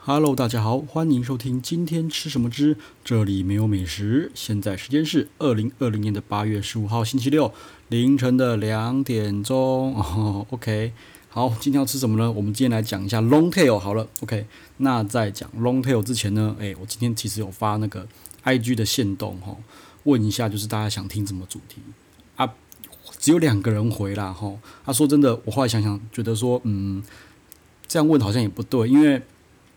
Hello，大家好，欢迎收听今天吃什么之这里没有美食。现在时间是2020年8月15号星期六凌晨的2点钟。OK，好，今天要吃什么呢？我们今天来讲一下 long tail 好了。OK，那在讲 long tail 之前呢，我今天其实有发那个 IG 的限动问一下就是大家想听什么主题啊？只有2个人回啦说真的，我后来想想觉得说，这样问好像也不对，因为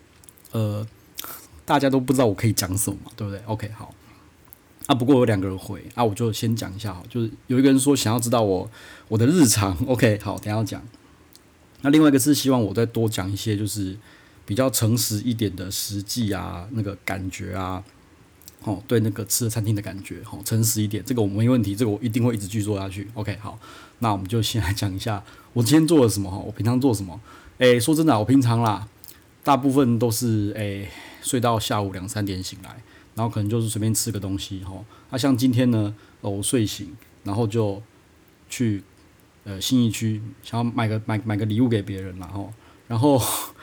大家都不知道我可以讲什么嘛，对不对 ？OK， 好。不过有2个人回我就先讲一下就是有一个人说想要知道我的日常，OK， 好，等一下要讲。那另外一个是希望我再多讲一些就是比较诚实一点的实际那个感觉对那个吃的餐厅的感觉诚实一点，这个我没问题，这个我一定会一直继续做下去。OK， 好，那我们就先来讲一下我今天做了什么我平常做什么。说真的我平常啦，大部分都是睡到下午2、3点醒来，然后可能就是随便吃个东西像今天呢，我睡醒，然后就去信义区想要买个礼物给别人啦然后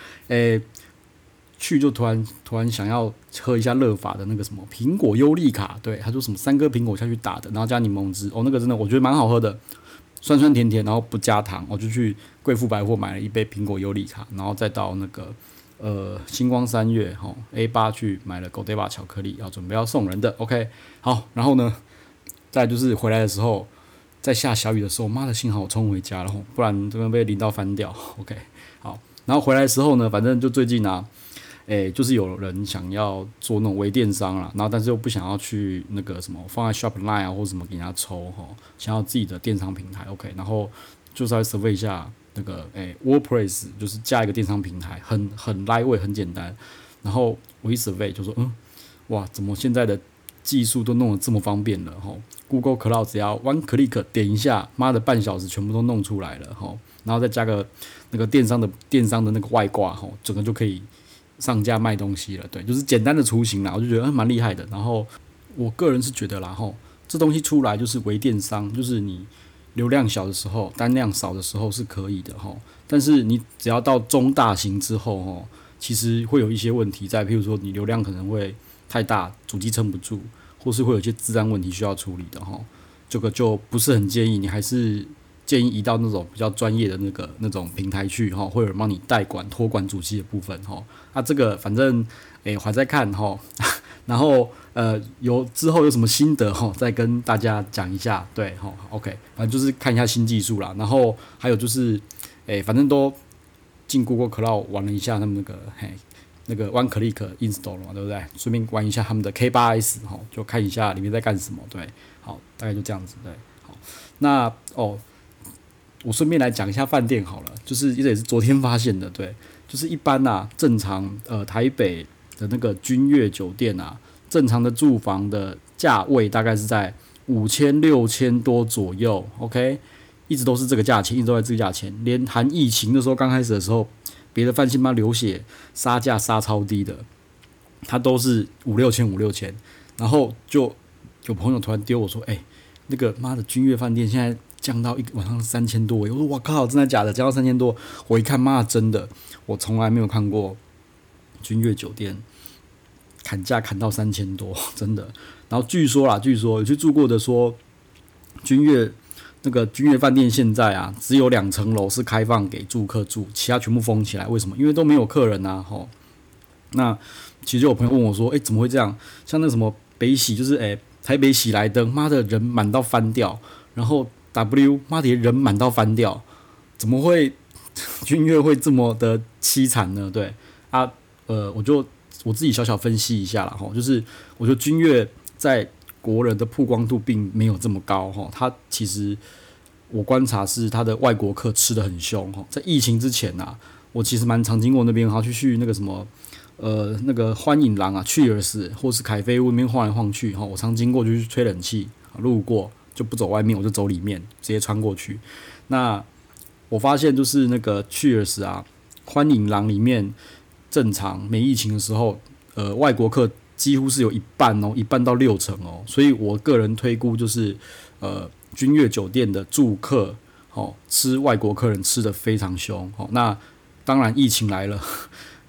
去就突然想要喝一下乐法的那个什么苹果优利卡，对，他说什么3颗苹果下去打的，然后加柠檬汁那个真的我觉得蛮好喝的，酸酸甜甜，然后不加糖，我就去贵妇百货买了一杯苹果优利卡，然后再到那个星光3月A8 去买了 Godiva 巧克力，准备要送人的。OK， 好，然后呢，再来就是回来的时候，在下小雨的时候，妈的幸好我冲回家了不然这边被淋到翻掉。OK， 好，然后回来的时候呢，反正就最近就是有人想要做那种微电商啦，然后但是又不想要去那个什么放在 Shopline 或者什么给人家抽想要自己的电商平台 OK， 然后就稍微 survey 一下那个WordPress， 就是加一个电商平台，很lightweight， 很简单。然后我一 survey 就说哇，怎么现在的技术都弄得这么方便了Google Cloud 只要 one click 点一下，妈的半小时全部都弄出来了然后再加个那个电商的那个外挂整个就可以上架卖东西了，对，就是简单的雏形啦，我就觉得蛮厉害的。然后我个人是觉得啦这东西出来就是微电商，就是你流量小的时候，单量少的时候是可以的但是你只要到中大型之后其实会有一些问题在，譬如说你流量可能会太大，主机撑不住，或是会有一些治安问题需要处理的这个就不是很建议，你还是建议移到那种比较专业的那种平台去会有人帮你代管托管主机的部分这个反正我还在看然后之后有什么心得再跟大家讲一下，对OK， 反正就是看一下新技术啦，然后还有就是反正都进 Google Cloud 玩了一下他们那个 One Click Install 了嘛，对不对？顺便玩一下他们的 K8S 就看一下里面在干什么，对，好，大概就这样子，对，好，那我顺便来讲一下饭店好了，就是这也是昨天发现的，对，就是一般正常台北的那个君悦酒店正常的住房的价位大概是在5000、6000多左右 ，OK， 一直都是这个价钱，一直都在这个价钱，连含疫情的时候刚开始的时候，别的饭店流血杀价杀超低的，它都是5、6000，然后就有朋友突然丢我说，那个妈的君悦饭店现在降到一个晚上3000多，我说哇靠，真的假的？降到3000多，我一看妈的真的，我从来没有看过君悦酒店砍价砍到3000多，真的。然后据说有去住过的说，君悦饭店现在只有2层楼是开放给住客住，其他全部封起来。为什么？因为都没有客人那其实就有朋友问我说，怎么会这样？像那什么北喜，就是台北喜来登，妈的人满到翻掉，然后 W 妈的人满到翻掉，怎么会君悦会这么的凄惨呢？对我自己小小分析一下啦就是我觉得君悦在国人的曝光度并没有这么高它其实我观察是它的外国客吃得很凶在疫情之前我其实蛮常经过那边去那个什么那个欢迎廊Cheers 或是凯菲屋那边晃来晃去我常经过就去吹冷气，路过就不走外面，我就走里面直接穿过去。那我发现就是那个 Cheers 欢迎廊里面正常没疫情的时候外国客几乎是有一半到60%所以我个人推估就是君悦酒店的住客吃外国客人吃得非常凶那当然疫情来了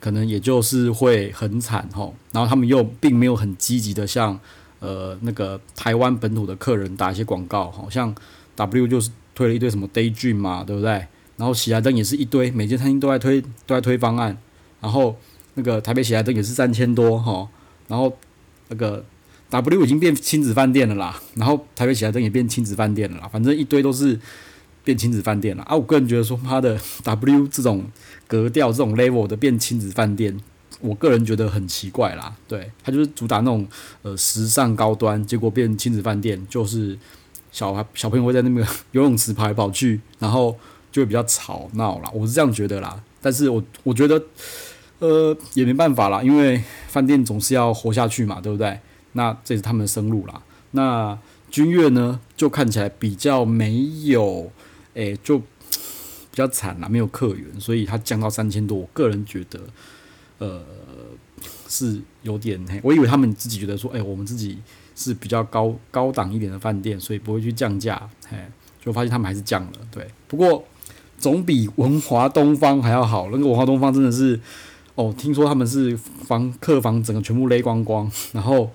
可能也就是会很惨吼，然后他们又并没有很积极的像那个台湾本土的客人打一些广告，好像 W 就是推了一堆什么 Daydream 嘛，对不对？然后喜来登也是一堆，每间餐厅都在推方案，然后那个台北喜来登也是3000多哈，然后那个 W 已经变亲子饭店了啦，然后台北喜来登也变亲子饭店了啦，反正一堆都是变亲子饭店了啊！我个人觉得说，妈的 W 这种格调、这种 level 的变亲子饭店，我个人觉得很奇怪啦。对，它就是主打那种时尚高端，结果变亲子饭店，就是小朋友会在那个游泳池跑来跑去，然后就会比较吵闹啦。我是这样觉得啦，但是我觉得也没办法啦，因为饭店总是要活下去嘛，对不对？那这是他们的生路啦。那君悦呢，就看起来比较没有，就比较惨啦，没有客源，所以它降到3000多。我个人觉得，是有点我以为他们自己觉得说，我们自己是比较高档一点的饭店，所以不会去降价，就发现他们还是降了。对，不过总比文华东方还要好。那个文华东方真的是，听说他们是客房整个全部勒光光，然后，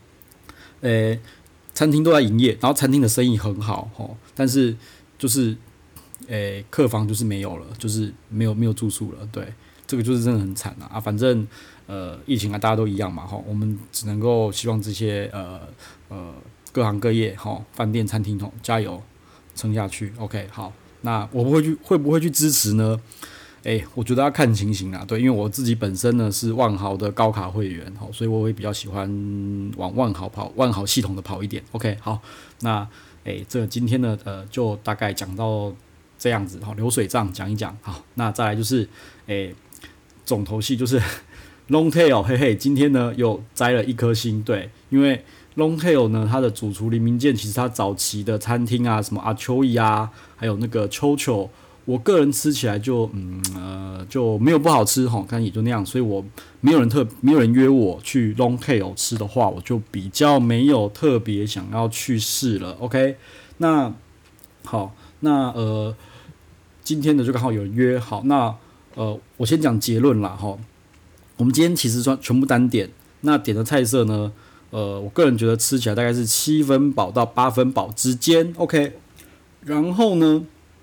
餐厅都在营业，然后餐厅的生意很好，但是就是，客房就是没有了，就是没有住宿了，对，这个就是真的很惨啊！反正疫情大家都一样嘛，我们只能够希望这些各行各业饭店餐厅加油撑下去。OK， 好，那我会不会去支持呢？我觉得要看情形啦，对，因为我自己本身呢是万豪的高卡会员，所以我会比较喜欢往万豪系统的跑一点。OK， 好，那这今天呢就大概讲到这样子，流水账讲一讲。好，那再来就是重头戏就是 Longtail， 嘿嘿，今天呢又摘了1颗星，对，因为 Longtail 呢，它的主厨林明健其实他早期的餐厅啊，什么阿秋伊啊，还有那个秋秋。我个人吃起来就没有不好吃哈，但也就那样，所以我没有人约我去 Longtail 吃的话，我就比较没有特别想要去试了。OK， 那好，那今天的就刚好有人约好，那我先讲结论啦哈。我们今天其实全部单点，那点的菜色呢，我个人觉得吃起来大概是7分饱到8分饱之间。OK， 然后呢？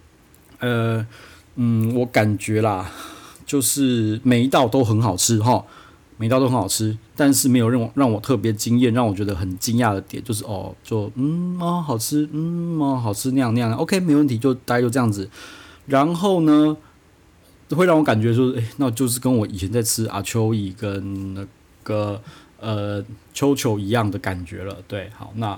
我感觉啦，就是每一道都很好吃哈，每一道都很好吃，但是没有让我特别惊艳，让我觉得很惊讶的点就是好吃，好吃那样 ，OK 没问题，就大概就这样子。然后呢，会让我感觉说，那就是跟我以前在吃阿秋伊跟那个秋秋一样的感觉了。对，好，那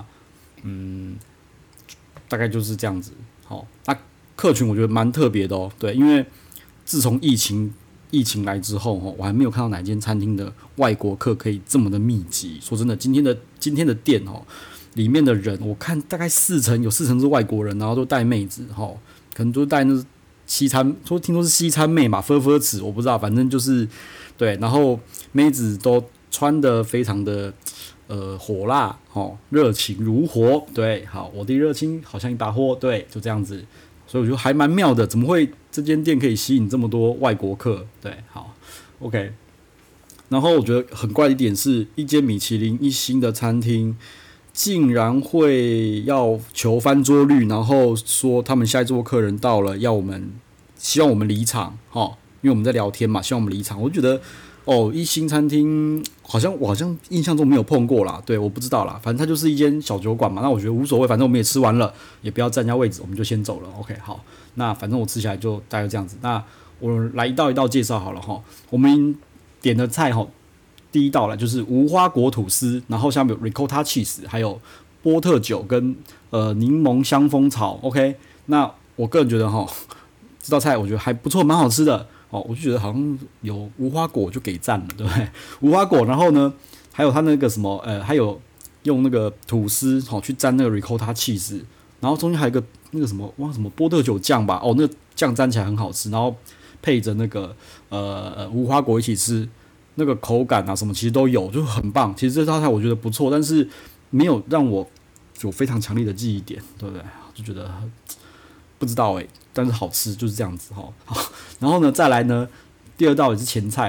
大概就是这样子。好，那客群我觉得蛮特别的哦，对，因为自从疫情来之后，我还没有看到哪间餐厅的外国客可以这么的密集。说真的，今天的店里面的人，我看大概有4成是外国人，然后都带妹子可能都带那西餐，听说是西餐妹嘛，子我不知道，反正就是对，然后妹子都穿得非常的火辣热情如火，对，好，我的热情好像一把火，对，就这样子。所以我觉得还蛮妙的，怎么会这间店可以吸引这么多外国客？对，好 ，OK。然后我觉得很怪的一点是，一间米其林1星的餐厅，竟然会要求翻桌率，然后说他们下一桌客人到了，希望我们离场，因为我们在聊天嘛，希望我们离场。我就觉得1星餐厅我好像印象中没有碰过啦，对，我不知道啦，反正它就是一间小酒馆嘛，那我觉得无所谓，反正我们也吃完了，也不要占人家位置，我们就先走了。OK， 好，那反正我吃起来就大概这样子。那我来一道一道介绍好了哈，我们点的菜第一道来就是无花果吐司，然后下面有 ricotta cheese， 还有波特酒跟柠檬香蜂草。OK， 那我个人觉得这道菜我觉得还不错，蛮好吃的。我就觉得好像有无花果就给赞了，对不对？无花果，然后呢，还有它那个什么，还有用那个吐司去沾那个 ricotta cheese， 然后中间还有一个那个什么什么波特酒酱吧，那个酱沾起来很好吃，然后配着那个无花果一起吃，那个口感啊什么其实都有，就很棒。其实这道菜我觉得不错，但是没有让我有非常强烈的记忆点，对不对？就觉得不知道但是好吃就是这样子好，然后呢，再来呢，第二道也是前菜啦，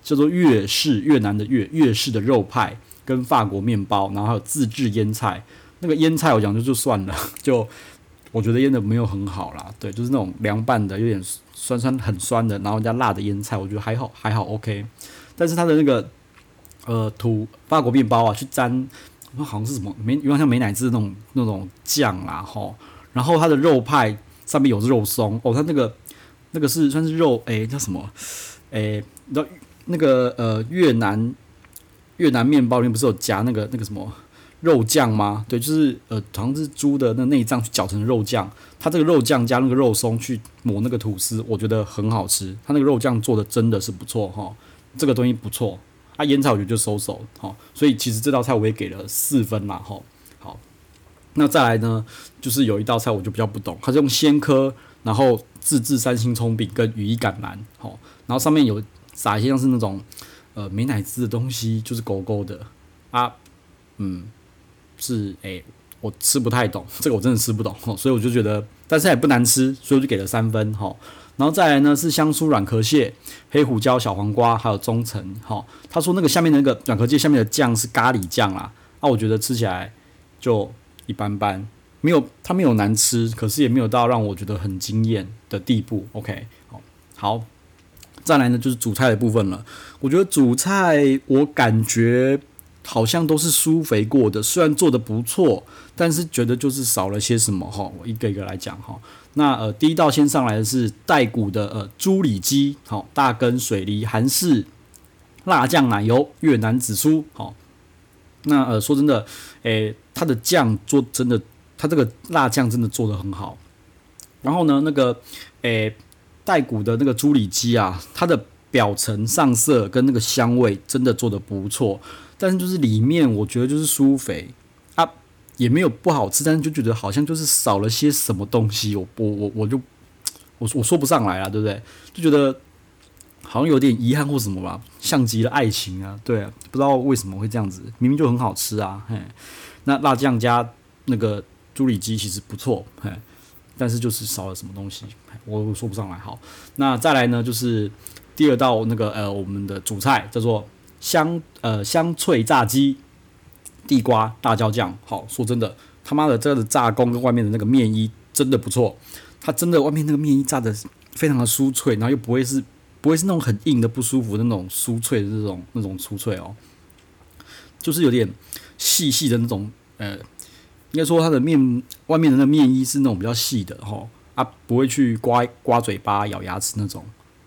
叫做粤式，越南的粤式的肉派跟法国面包，然后还有自制腌菜。那个腌菜我讲就算了，就我觉得腌的没有很好啦，对，就是那种凉拌的，有点酸很酸的，然后加辣的腌菜，我觉得还好 OK。但是它的那个法国面包啊，去沾好像是什么有点像美乃滋那种酱啦吼，然后它的肉派上面有肉松哦，它那个是算是肉叫什么你知道那个越南面包里面不是有夹那个什么肉酱吗？对，就是好像是猪的那内脏去搅成肉酱，它这个肉酱加那个肉松去抹那个吐司，我觉得很好吃。它那个肉酱做的真的是不错哈，这个东西不错。腌菜我觉得就收哈，所以其实这道菜我也给了4分啦哈。好，那再来呢，就是有一道菜我就比较不懂，它是用鲜科，然后自制3星葱饼跟羽衣甘蓝，好，然后上面有撒一些像是那种美乃滋的东西，就是勾勾的啊，是我吃不太懂，这个我真的吃不懂，所以我就觉得，但是也不难吃，所以我就给了3分哈。然后再来呢是香酥软壳蟹、黑胡椒、小黄瓜，还有中层。他说那个下面的那个软壳蟹下面的酱是咖喱酱啦，我觉得吃起来就一般般，它没有难吃，可是也没有到让我觉得很惊艳的地步。OK， 好，再来呢就是主菜的部分了。我觉得主菜我感觉好像都是疏肥过的，虽然做的不错，但是觉得就是少了些什么哈。我一个一个来讲哈。那第一道先上来的是带骨的猪里脊，好，大根水梨韩式辣酱奶油越南紫苏，好。那说真的，它的酱做真的，它这个辣酱真的做得很好。然后呢，那个带骨的那个猪里脊啊，它的表层上色跟那个香味真的做得不错，但是就是里面我觉得就是疏肥啊，也没有不好吃，但是就觉得好像就是少了些什么东西，我说不上来啦，对不对？就觉得好像有点遗憾或什么吧，像极了爱情啊，对啊，不知道为什么会这样子，明明就很好吃啊，嘿，那辣酱加那个猪里脊其实不错，嘿，但是就是少了什么东西，我说不上来。好，那再来呢，就是第二道那个我们的主菜叫做香脆炸鸡，地瓜辣椒酱。好，说真的，他妈的这个炸工跟外面的那个面衣真的不错，它真的外面那个面衣炸的非常的酥脆，然后又不会是那种很硬的不舒服的那种酥脆的那种酥脆哦，就是有点细细的那种应该说它的外面的那面衣是那种比较细的不会去刮嘴巴咬牙齿那种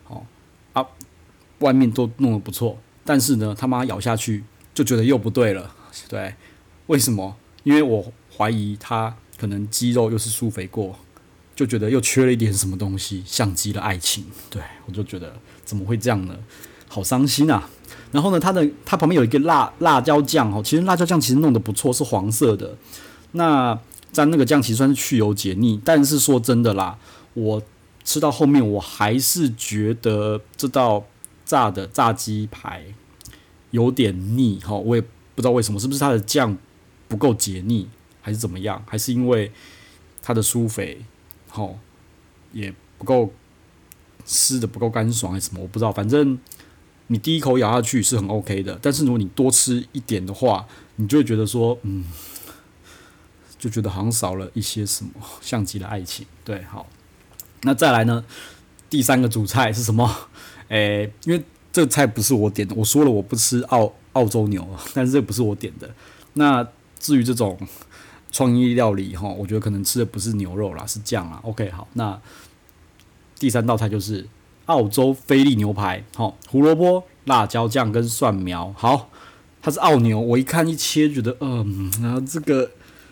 外面都弄得不错，但是呢他妈咬下去就觉得又不对了，对，为什么？因为我怀疑它可能肌肉又是疏肥过，就觉得又缺了一点什么东西，像极了爱情。对，我就觉得怎么会这样呢？好伤心啊！然后呢，它旁边有一个辣椒酱其实辣椒酱其实弄得不错，是黄色的。那沾那个酱其实算是去油解腻，但是说真的啦，我吃到后面我还是觉得这道炸鸡排有点腻我也不知道为什么，是不是它的酱不够解腻，还是怎么样？还是因为它的疏肥也不够湿的不够干爽还是什么？我不知道，反正你第一口咬下去是很 OK 的，但是如果你多吃一点的话，你就会觉得说，就觉得好像少了一些什么，像极了爱情。对，好，那再来呢？第3个主菜是什么？因为这个菜不是我点的，我说了我不吃澳洲牛，但是这不是我点的。那至于这种创意料理我觉得可能吃的不是牛肉啦，是酱啦。OK， 好，那第3道菜就是澳洲菲力牛排，胡萝卜、辣椒酱跟蒜苗。好，它是澳牛，我一看一切觉得，然后这个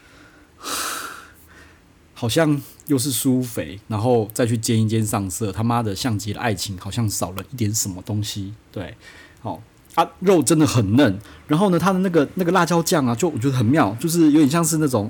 好像又是疏肥，然后再去煎一煎上色，他妈的像极了爱情，好像少了一点什么东西。对，好肉真的很嫩，然后呢，它的那个辣椒酱啊，就我觉得很妙，就是有点像是那种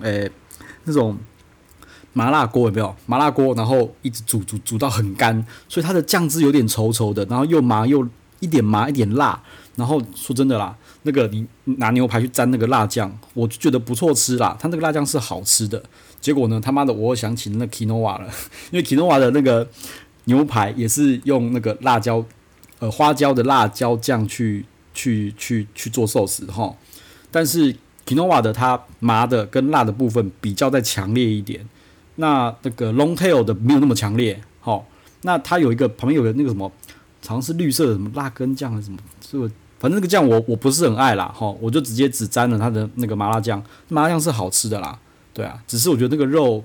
麻辣锅，有没有？麻辣锅，然后一直煮到很干，所以它的酱汁有点稠稠的，然后又麻又一点麻一点辣。然后说真的啦，那个你拿牛排去沾那个辣酱，我就觉得不错吃啦。它那个辣酱是好吃的。结果呢，他妈的，我又想起那 quinoa 了，因为 quinoa 的那个牛排也是用那个辣椒花椒的辣椒酱去做寿司哈。但是 Kinowa 的它麻的跟辣的部分比较再强烈一点，那个 Longtail 的没有那么强烈，好，那它有一个旁边有个那个什么，好像是绿色的什么辣根酱还是什么，这个反正那个酱我不是很爱啦，哈，我就直接只沾了它的那个麻辣酱，麻辣酱是好吃的啦，对啊，只是我觉得那个肉，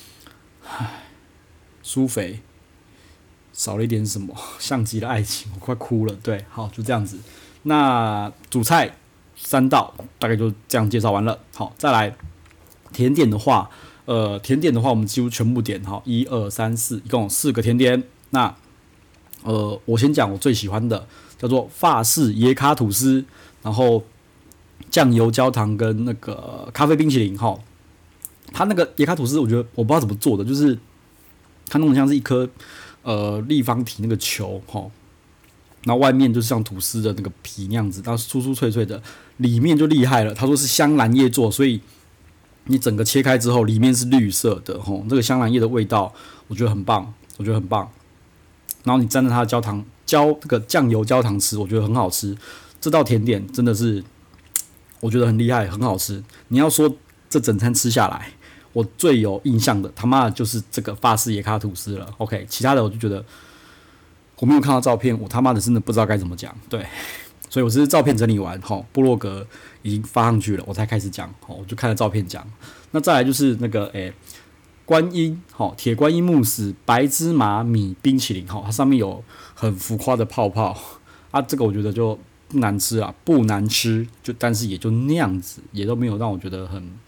酥肥，少了一点什么，像极了爱情，我快哭了，对，好，就这样子，那主菜3道大概就这样介绍完了，好，再来甜点的话。我们几乎全部点哈，1、2、3、4，一共有4个甜点。那我先讲我最喜欢的，叫做法式椰卡吐司，然后酱油焦糖跟那个咖啡冰淇淋哈。它那个椰卡吐司，我觉得我不知道怎么做的，就是它弄得像是一颗立方体那个球哈，然后外面就是像吐司的那个皮那样子，然后酥酥脆脆的，里面就厉害了。他说是香兰叶做，所以你整个切开之后，里面是绿色的，吼，这个香兰叶的味道，我觉得很棒，然后你沾着它的这个酱油焦糖吃，我觉得很好吃。这道甜点真的是，我觉得很厉害，很好吃。你要说这整餐吃下来，我最有印象的，他妈的就是这个法式椰卡吐司了。OK， 其他的我就觉得我没有看到照片，我他妈的真的不知道该怎么讲，对。所以我只是照片整理完，部落格已经发上去了，我才开始讲，我就看了照片讲。那再来就是那个观音，铁观音慕斯白芝麻米冰淇淋，它上面有很浮夸的泡泡啊，这个我觉得就不难吃啊，不难吃，但是也就那样子，也都没有让我觉得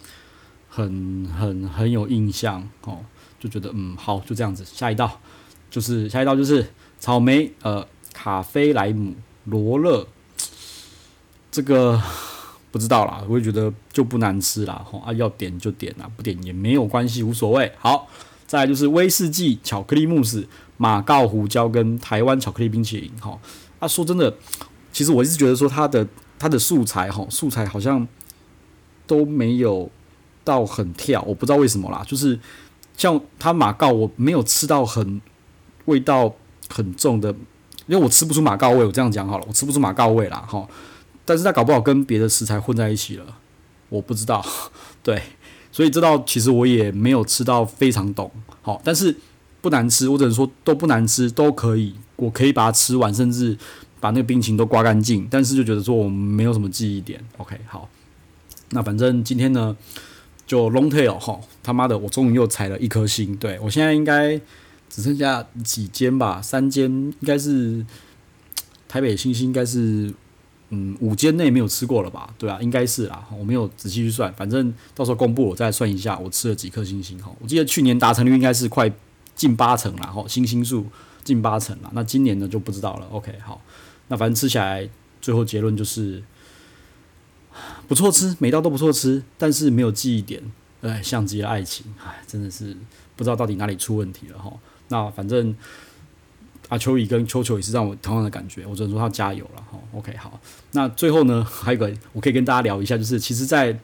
很有印象，就觉得好，就这样子。下一道就是草莓卡菲莱姆罗勒。这个不知道啦，我会觉得就不难吃啦，要点就点啦，不点也没有关系，无所谓。好，再来就是威士忌巧克力慕斯、马告胡椒跟台湾巧克力冰淇淋。说真的，其实我一直觉得说它的素材好像都没有到很跳，我不知道为什么啦。就是像它马告，我没有吃到味道很重的，因为我吃不出马告味，我这样讲好了，我吃不出马告味啦，但是它搞不好跟别的食材混在一起了，我不知道。对，所以这道其实我也没有吃到非常懂，但是不难吃，我只能说都不难吃，都可以，我可以把它吃完，甚至把那个冰淇淋都刮干净。但是就觉得说我没有什么记忆点。OK， 好，那反正今天呢就 Longtail 他妈的，我终于又踩了1颗星。对，我现在应该只剩下几间吧，3间应该是台北新兴，应该是。5间内没有吃过了吧？对啊，应该是啦，我没有仔细去算，反正到时候公布我再算一下我吃了几颗星星。我记得去年达成率应该是快近80%啦，星星数近80%啦。那今年呢就不知道了。OK， 好，那反正吃起来最后结论就是不错吃，每道都不错吃，但是没有记忆点，像极了爱情，真的是不知道到底哪里出问题了哈。那反正。阿秋怡跟秋秋也是让我同样的感觉，我只能说他加油了哈。OK， 好，那最后呢，还有一个我可以跟大家聊一下，就是其实在，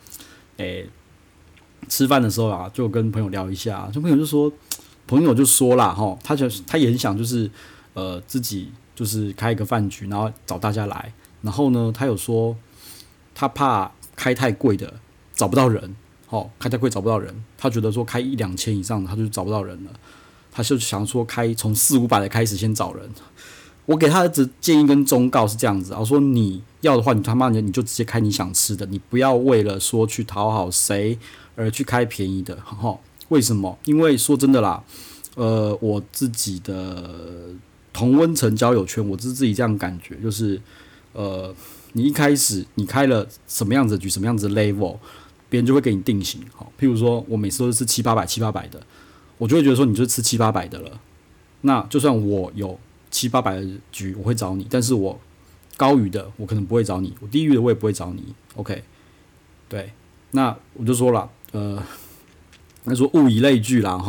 吃饭的时候啊，就跟朋友聊一下，朋友就说啦哈，他也很想就是自己就是开一个饭局，然后找大家来，然后呢，他有说他怕开太贵的找不到人，开太贵找不到人，他觉得说开1-2千以上的他就找不到人了。他就想说从400-500的开始先找人，我给他的建议跟忠告是这样子，我说你要的话，你他妈你就直接开你想吃的，你不要为了说去讨好谁而去开便宜的，为什么？因为说真的啦，我自己的同温层交友圈，我是自己这样感觉，就是你一开始你开了什么样子的局，什么样子的 level， 别人就会给你定型，譬如说我每次都是吃700-800的。我就会觉得说你就吃700-800的了，那就算我有700-800的局，我会找你，但是我高于的我可能不会找你，我低于的我也不会找你。OK， 对，那我就说了，那说物以类聚啦，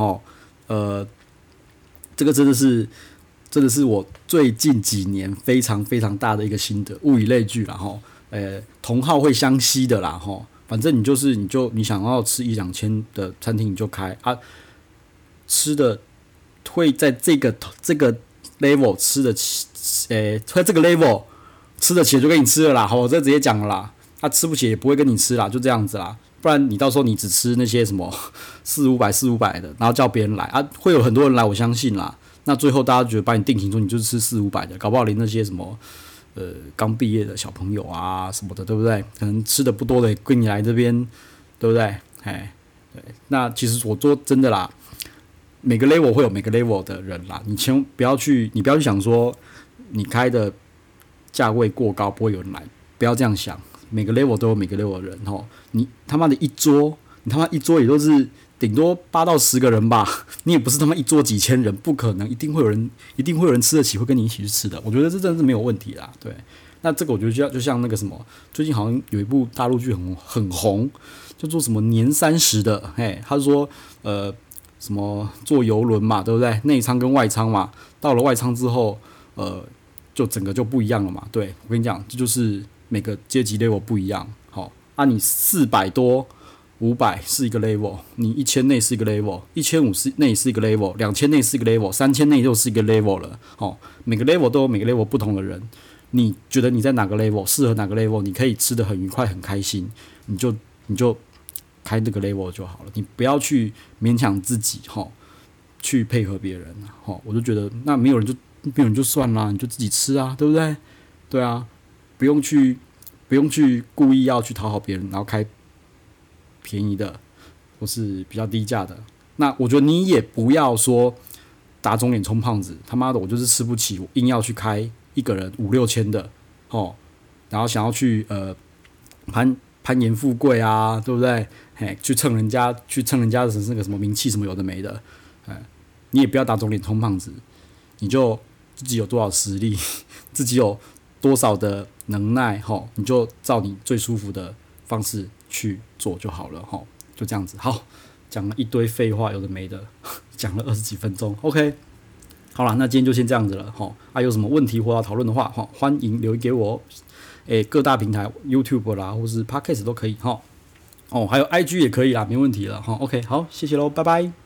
这个真的是我最近几年非常非常大的一个心得，物以类聚啦，同好会相吸的啦，反正你想要吃1-2千的餐厅你就开啊。吃的会在这个 level 吃的在这个 level 吃得起就跟你吃了啦，好，我这直接讲了啦。他吃不起也不会跟你吃啦，就这样子啦。不然你到时候你只吃那些什么400-500的，然后叫别人来啊，会有很多人来，我相信啦。那最后大家觉得把你定型说你就是吃400-500的，搞不好连那些什么刚毕业的小朋友啊什么的，对不对？可能吃的不多的跟你来这边，对不对？对。那其实我说真的啦，每个 level 会有每个 level 的人啦，你不要去想说你开的价位过高不会有人来，不要这样想。每个 level 都有每个 level 的人吼，你他妈一桌也都是顶多8到10个人吧，你也不是他妈一桌几千人，不可能，一定会有人吃得起，会跟你一起去吃的。我觉得这真的是没有问题啦，对。那这个我觉得就像那个什么，最近好像有一部大陆剧很红，叫做什么年30的，他说什么坐邮轮嘛，对不对？内舱跟外舱嘛，到了外舱之后，就整个就不一样了嘛。对，我跟你讲，这就是每个阶级 level 不一样。好，你400多、500是一个 level， 你1000内是一个 level，1500内是一个 level，2000内是一个 level，3000内又是一个 level 了。好，每个 level 都有每个 level 不同的人。你觉得你在哪个 level 适合哪个 level， 你可以吃得很愉快、很开心，你就开那个 level 就好了。你不要去勉强自己，去配合别人，我就觉得那没有人就算啦，你就自己吃啊，对不对？对啊，不用去故意要去讨好别人，然后开便宜的或是比较低价的。那我觉得你也不要说打肿脸充胖子，他妈的我就是吃不起，我硬要去开一个人5-6千的，然后想要去攀岩富贵啊，对不对？去蹭人家的那个什么名气什么有的没的，你也不要打肿脸充胖子，你就自己有多少实力，自己有多少的能耐，你就照你最舒服的方式去做就好了，就这样子。好，讲了一堆废话，有的没的，讲了20几分钟 ，OK。好啦，那今天就先这样子了，有什么问题或要讨论的话，欢迎留言给我，各大平台 YouTube 啦，或是 Podcast 都可以，还有 IG 也可以啦，没问题了，OK，好，谢谢喽，拜拜。